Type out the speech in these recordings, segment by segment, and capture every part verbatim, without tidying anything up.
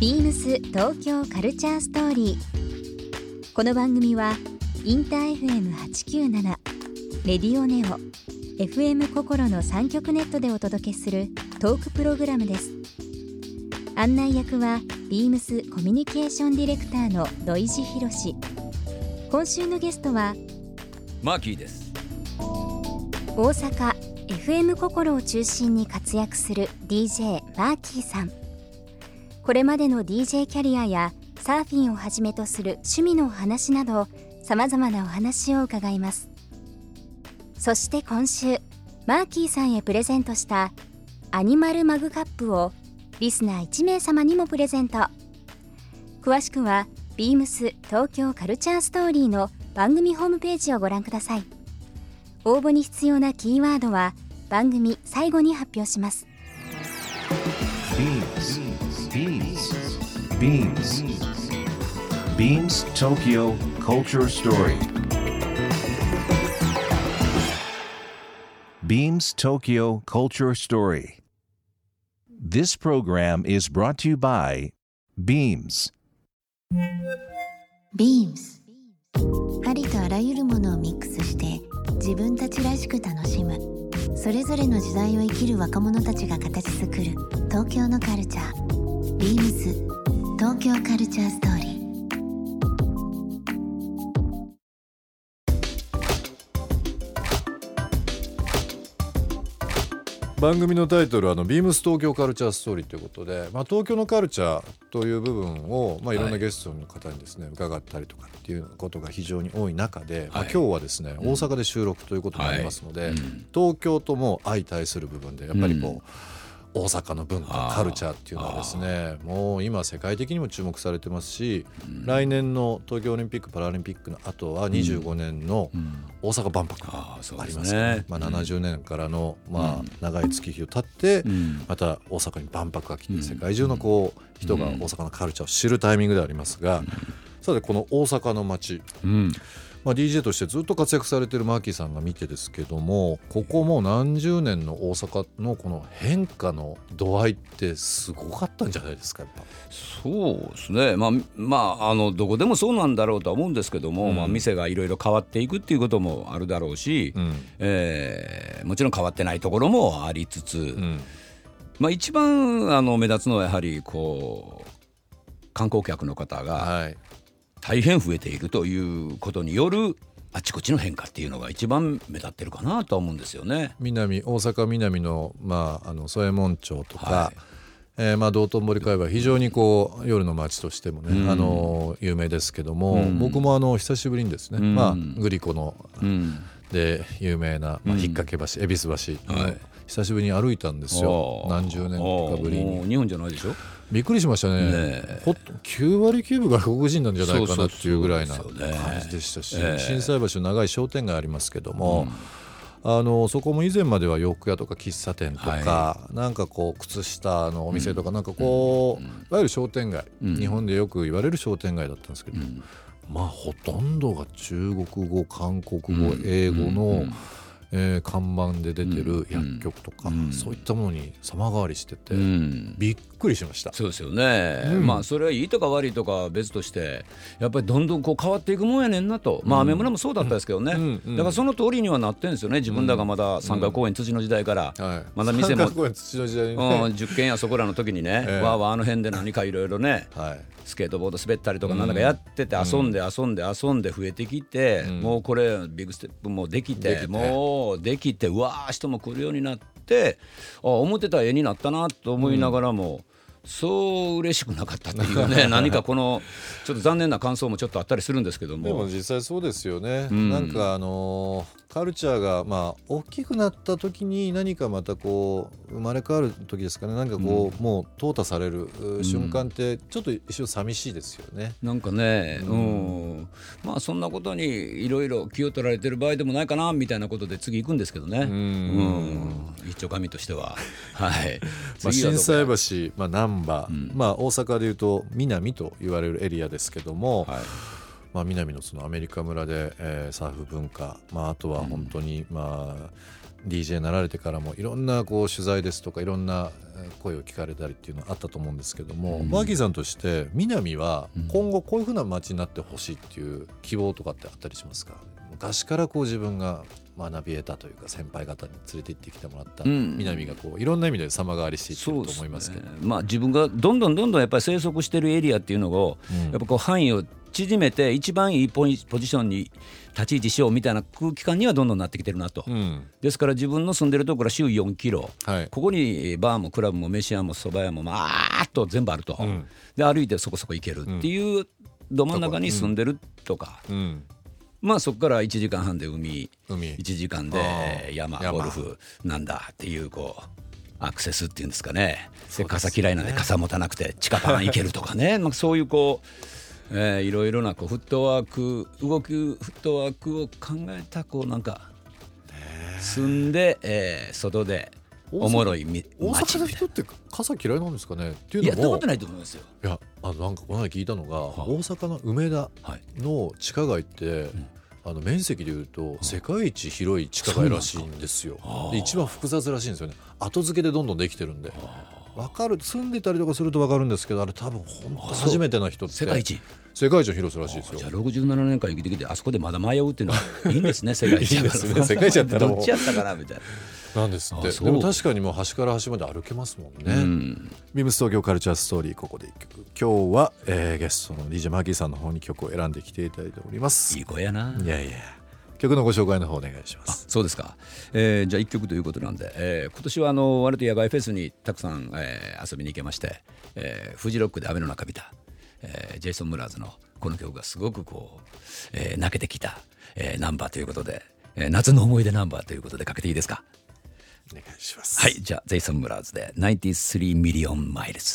ビームス東京カルチャーストーリー。この番組はインター エフエムはちきゅうなな、レディオネオ、エフエム 心のさん局ネットでお届けするトークプログラムです。案内役はビームスコミュニケーションディレクターの土井博志。今週のゲストはマーキーです。 大阪 エフエム 心を中心に活躍する ディージェー マーキーさん。これまでの ディージェー キャリアやサーフィンをはじめとする趣味のお話など、さまざまなお話を伺います。そして今週、マーキーさんへプレゼントしたアニマルマグカップをリスナーいち名様にもプレゼント。詳しくはビームス東京カルチャーストーリーの番組ホームページをご覧ください。応募に必要なキーワードは番組最後に発表します。 ビームス ビームス ビームス Tokyo Culture Story Beams Tokyo Culture Story. This program is brought to you by Beams. Beams ありとあらゆるものをミックスして自分たちらしく楽しむ、それぞれの時代を生きる若者たちが形作る東京のカルチャー。 Beams 東京カルチャーストーリー。 番組のタイトルはあのビームス東京カルチャーストーリーということで、まあ、東京のカルチャーという部分を、まあ、いろんなゲストの方にですね、はい、伺ったりとかっていうことが非常に多い中で、はい、まあ、今日はですね、うん、大阪で収録ということになりますので、はい、うん、東京とも相対する部分でやっぱりこう、うん、大阪の文化カルチャーっていうのはですね、もう今世界的にも注目されてますし、うん、来年の東京オリンピックパラリンピックの後はにじゅうごねんの大阪万博がありますね。まあ、ななじゅうねんからのまあ長い月日を経ってまた大阪に万博が来て、世界中のこう人が大阪のカルチャーを知るタイミングでありますが、さてこの大阪の街、うん、まあ、ディージェー としてずっと活躍されているマーキーさんが見てですけども、ここもう何十年の大阪のこの変化の度合いってすごかったんじゃないですか。やっぱそうですね、まあまあ、あのどこでもそうなんだろうとは思うんですけども、うん、まあ、店がいろいろ変わっていくっていうこともあるだろうし、うん、えー、もちろん変わってないところもありつつ、うん、まあ、一番あの目立つのはやはりこう観光客の方が、はい、大変増えているということによるあちこちの変化っていうのが一番目立ってるかなとは思うんですよね。 南大阪南の、まあ、あの添右衛門町とか、はい、えーまあ、道頓堀界隈非常にこう夜の街としてもね、うん、あの有名ですけども、うん、僕もあの久しぶりにですね、うん、まあ、グリコの、うん、で有名な、まあ、引っ掛け橋、恵比寿橋、はい、久しぶりに歩いたんですよ。何十年かぶりに。 日本じゃないでしょ。 びっくりしました ね, ねほきゅうわりきゅうぶ外国人なんじゃないかなっていうぐらいな感じでしたし、心斎橋の長い商店街ありますけども、うん、あのそこも以前までは洋服屋とか喫茶店とか、はい、なんかこう靴下のお店とか、うん、なんかこう、うん、いわゆる商店街、うん、日本でよく言われる商店街だったんですけど、うん、まあほとんどが中国語、韓国語、うん、英語の、うん、えー、看板で出てる薬局とか、うん、そういったものに様変わりしてて、うん、びっくりしました。 そうですよね、うん、まあそれはいいとか悪いとか別としてやっぱりどんどんこう変わっていくもんやねんなと、まあアメ村もそうだったですけどね、うんうん、だからその通りにはなってるんですよね。自分らがまだ三角公園土の時代から、うん、はい、まだ店も三角公園土の時代にね、 うん、じゅっけんやそこらの時にね、えー、わーわーあの辺で何かいろいろね、はい、スケートボード滑ったりとかなんだかやってて、遊んで遊んで遊んで増えてきて、うん、もうこれビッグステップもできて、できてもうできて、うわー人も来るようになって、あ思ってた絵になったなと思いながらも、うん、そう嬉しくなかったっていうね何かこのちょっと残念な感想もちょっとあったりするんですけども、 でも実際そうですよね、うん、なんかあのーカルチャーがまあ大きくなった時に何かまたこう生まれ変わる時ですかね、なんかこう、うん、もう淘汰される瞬間ってちょっと一瞬寂しいですよね、 なんかね、うんうん、まあそんなことにいろいろ気を取られてる場合でもないかなみたいなことで次行くんですけどね、うん、うん、一丁紙としてははいまあ心斎橋、まあ、難波、うん、まあ、大阪でいうと南と言われるエリアですけども、はい、まあ、南のそのアメリカ村で、えー、サーフ文化、まあ、あとは本当に、まあディージェー になられてからもいろんなこう取材ですとかいろんな声を聞かれたりっていうのはあったと思うんですけども、うん、マーキーさんとして南は今後こういう風な街になってほしいっていう希望とかってあったりしますか？昔からこう自分が学び得たというか先輩方に連れて行ってきてもらった南がこういろんな意味で様変わりしていってると思いますけど、 そうですね、まあ、自分がどんどんどんどんやっぱり生息しているエリアっていうのを、うん、やっぱこう範囲を縮めて一番いいポジションに立ち位置しようみたいな空気感にはどんどんなってきてるなと、うん、ですから自分の住んでるところから週よんキロ、はい、ここにバーもクラブも飯屋も蕎麦屋もまーっと全部あると、うん、で歩いてそこそこ行けるっていうど真ん中に住んでるとか、うん、まあそこからいちじかんはんで海、海いちじかんで山ゴルフなんだっていうこうアクセスっていうんですかね。で傘嫌いなんで傘持たなくて地下パン行けるとかねまあそういうこうえー、いろいろなこうフットワーク動きフットワークを考えたこうなんか住んで、えー、外でおもろい街大阪の人って傘嫌いなんですかねっていうのもやったことないと思いますよ。 いやあのなんかこの間聞いたのが、はあ、大阪の梅田の地下街って、はい、あの面積でいうと世界一広い地下街らしいんですよ。で一番複雑らしいんですよね。後付けでどんどんできてるんで分かる住んでたりとかすると分かるんですけどあれ多分本当初めての人って世界一世界一の広さらしいですよ。 じゃあろくじゅうななねんかん生きてきてあそこでまだ迷うっていうのはいいんですね世界一いいですね世界一やったらもうどっちやったかなみたいななんですって。でも確かにもう端から端まで歩けますもんね、うん、ビームス東京カルチャーストーリーここで一曲今日は、えー、ゲストの ディージェー マーキーさんの方に曲を選んできていただいております。 いい子やな。 いやいや曲のご紹介の方お願いします。 あそうですか、えー、じゃあいっきょくということなんで、えー、今年はあの割と野外フェスにたくさん、えー、遊びに行けまして、えー、フジロックで雨の中見た、えー、ジェイソン・ムラーズのこの曲がすごくこう、えー、泣けてきた、えー、ナンバーということで、えー、夏の思い出ナンバーということでかけていいですか？ お願いします。 はいじゃあジェイソン・ムラーズでナインティスリーミリオンマイルズ。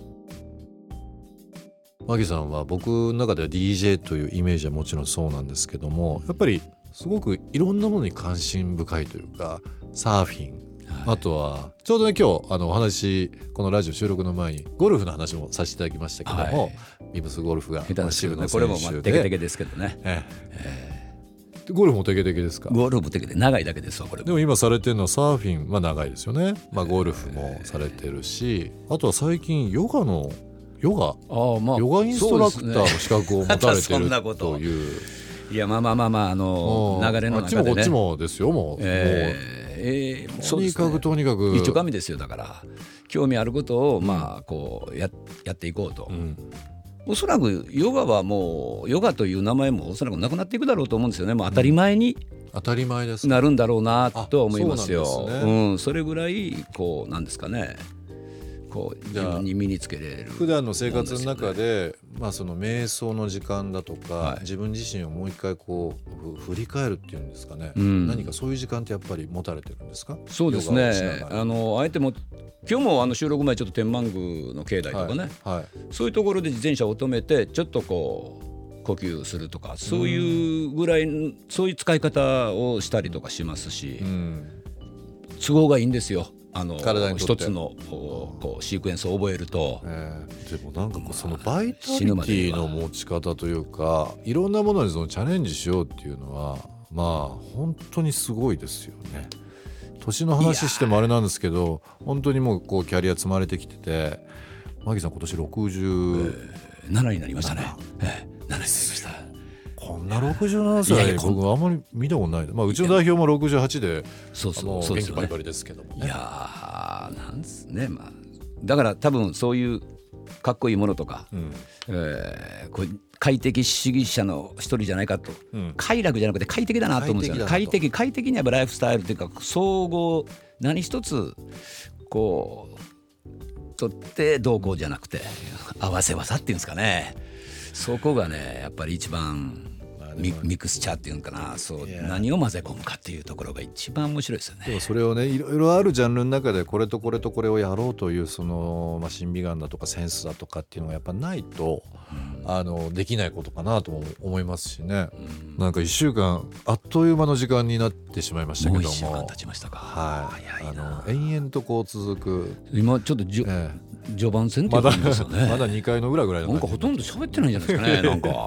マギさんは僕の中では ディージェー というイメージはもちろんそうなんですけどもやっぱりすごくいろんなものに関心深いというかサーフィン、はい、あとはちょうどね今日あのお話このラジオ収録の前にゴルフの話もさせていただきましたけども、はい、ビームスゴルフが渋野選手でこれもまあテケテケですけどね、えええー、ゴルフもテケテケですか？ ゴルフもテケテケ長いだけですわこれ。 でも今されてるのはサーフィンは長いですよね、まあ、ゴルフもされてるしあとは最近ヨガのヨガあ、まあ、ヨガインストラクターの資格を持たれてるといういやまあまあまあまああの流れの中でねあっちもこっちもですよもう、 えー、 もう、えー、とにかくとにかく一丁紙ですよ。だから興味あることをまあこう や, やっていこうと、うん、おそらくヨガはもうヨガという名前もおそらくなくなっていくだろうと思うんですよね。もう当たり前に、 うん、当たり前ですなるんだろうなとは思いますよ。そうなんですね、うん、それぐらいこうなんですかねこう自分に身につけれる普段の生活の中で、まあ、その瞑想の時間だとか、はい、自分自身をもう一回こう振り返るっていうんですかね、うん、何かそういう時間ってやっぱり持たれてるんですか？ そうですねあのあえても今日もあの収録前ちょっと天満宮の境内とかね、はいはい、そういうところで自転車を止めてちょっとこう呼吸するとかそういうぐらいそういう使い方をしたりとかしますし、うん、都合がいいんですよ。あの一つのこうシークエンスを覚えると、 えー、でもなんかこうそのバイタリティの持ち方というかいろんなものにそのチャレンジしようっていうのはまあ本当にすごいですよね。年の話してもあれなんですけど本当にもうこうキャリア積まれてきててマギさん今年ろくじゅうななになりましたね。えー、ななになりました。 こんなろくじゅうななさい僕あんまり見たことない、まあ、うちの代表もろくじゅうはちでそうそうそう元気バリバリですけどもね。 いやなんですね、まあ、だから多分そういうかっこいいものとか、うんえー、こう快適主義者の一人じゃないかと、うん、快楽じゃなくて快適だなと思うんですよね。快適快適にやっぱライフスタイルというか総合何一つこうとってどうこうじゃなくて合わせ技っていうんですかね。そこがねやっぱり一番ミ, ミクスチャーっていうのかなそう何を混ぜ込むかっていうところが一番面白いですよね。 でもそれをねいろいろあるジャンルの中でこれとこれとこれをやろうというその、まあ、審美眼だとかセンスだとかっていうのがやっぱないと、うん、あのできないことかなとも思いますしね、うん、なんかいっしゅうかんあっという間の時間になってしまいましたけどももういっしゅうかん経ちましたか。はい、あの延々とこう続く今ちょっとじゅ、ええ序盤戦って言うんですよね。 まだにかいの裏ぐらいのなんかほとんど喋ってないんじゃないですかね。なんか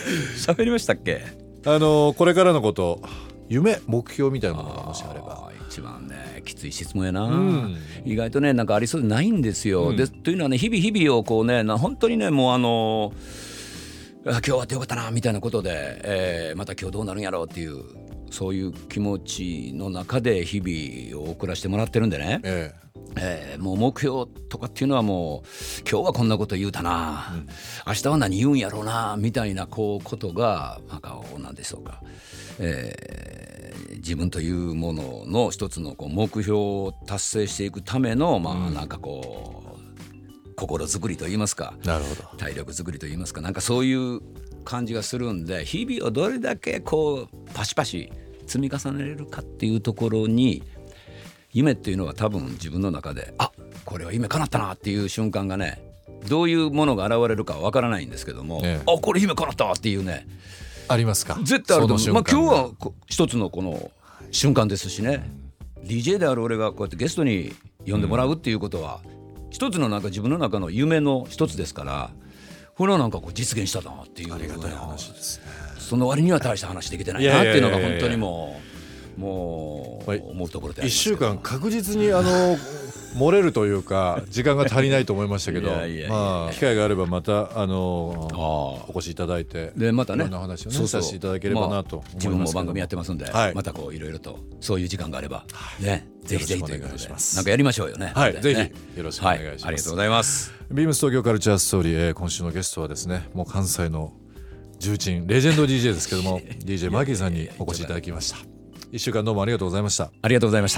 喋りましたっけ？ あのこれからのこと夢目標みたいなものがもしあれば一一番ねきつい質問やな、 うん、 意外とねなんかありそうでないんですよ、うん、でというのはね日々日々をこうねな本当にねもうあの今日はってよかったなみたいなことで、えー、また今日どうなるんやろうっていうそういう気持ちの中で日々を送らせてもらってるんでね、えええー、もう目標とかっていうのはもう今日はこんなこと言うたな、うん、明日は何言うんやろうなみたいなこうことがなんかなんでしょうか、えー、自分というものの一つのこう目標を達成していくためのまあなんかこう、うん、心づくりといいますか、 なるほど、 体力づくりといいますか、なんかそういう感じがするんで、日々をどれだけこうパシパシ積み重ねれるかっていうところに、夢っていうのは多分自分の中であこれは夢叶ったなっていう瞬間がね、どういうものが現れるかは分からないんですけども、ええ、あこれ夢叶ったっていうねありますか。 絶対あると思う。まあ、今日は一つのこの瞬間ですしね、うん、ディージェー である俺がこうやってゲストに呼んでもらうっていうことは、うん、一つのなんか自分の中の夢の一つですから、これはなんかこう実現したなっていう、 ありがたい話ですね。 その割には大した話できてないなっていうのが本当にもうもう思うところでありますけど、 いっしゅうかん確実にあの漏れるというか時間が足りないと思いましたけど、いやいやいや、まあ、機会があればまたあのお越しいただいて、でまたねいろんな話をねそうそうさせていただければなと思いますけど、まあ、自分も番組やってますんで、はい、またこういろいろとそういう時間があれば、はいね、ぜひぜひということでなんかやりましょうよね。 はい、 ね、 ぜひよろしくお願いします、はい、 ありがとうございます。 ビームス東京カルチャーストーリー、えー、今週のゲストはですね、もう関西の重鎮レジェンド ディージェー ですけどもディージェー マーキーさんにお越しいただきました。いっしゅうかんどうもありがとうございました。 ありがとうございました。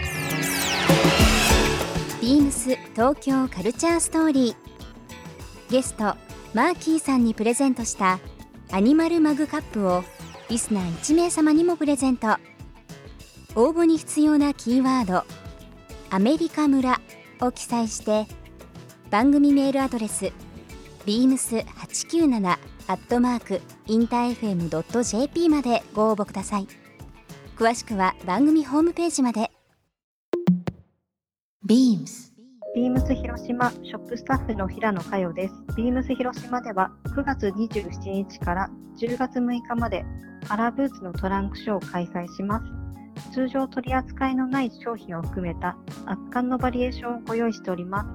ビームス東京カルチャーストーリー、ゲストマーキーさんにプレゼントしたアニマルマグカップをリスナーいち名様にもプレゼント。応募に必要なキーワードアメリカ村を記載して番組メールアドレス ビームスはちきゅうなな アットマーク インターエフエム ドット ジェーピー までご応募ください。詳しくは番組ホームページまで。 ビームスビームス広島ショップスタッフの平野佳代です。ビームス広島ではくがつにじゅうしちにちからじゅうがつむいかまでアラブーツのトランクショーを開催します。通常取り扱いのない商品を含めた圧巻のバリエーションをご用意しております。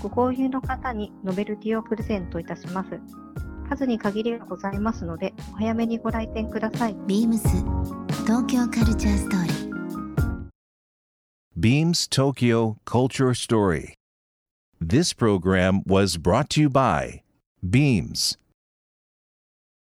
ご購入の方にノベルティをプレゼントいたします。数に限りがございますのでお早めにご来店ください。 ビームス東京カルチャーストーリー。 Beams Tokyo Culture Story. This program was brought to you by Beams.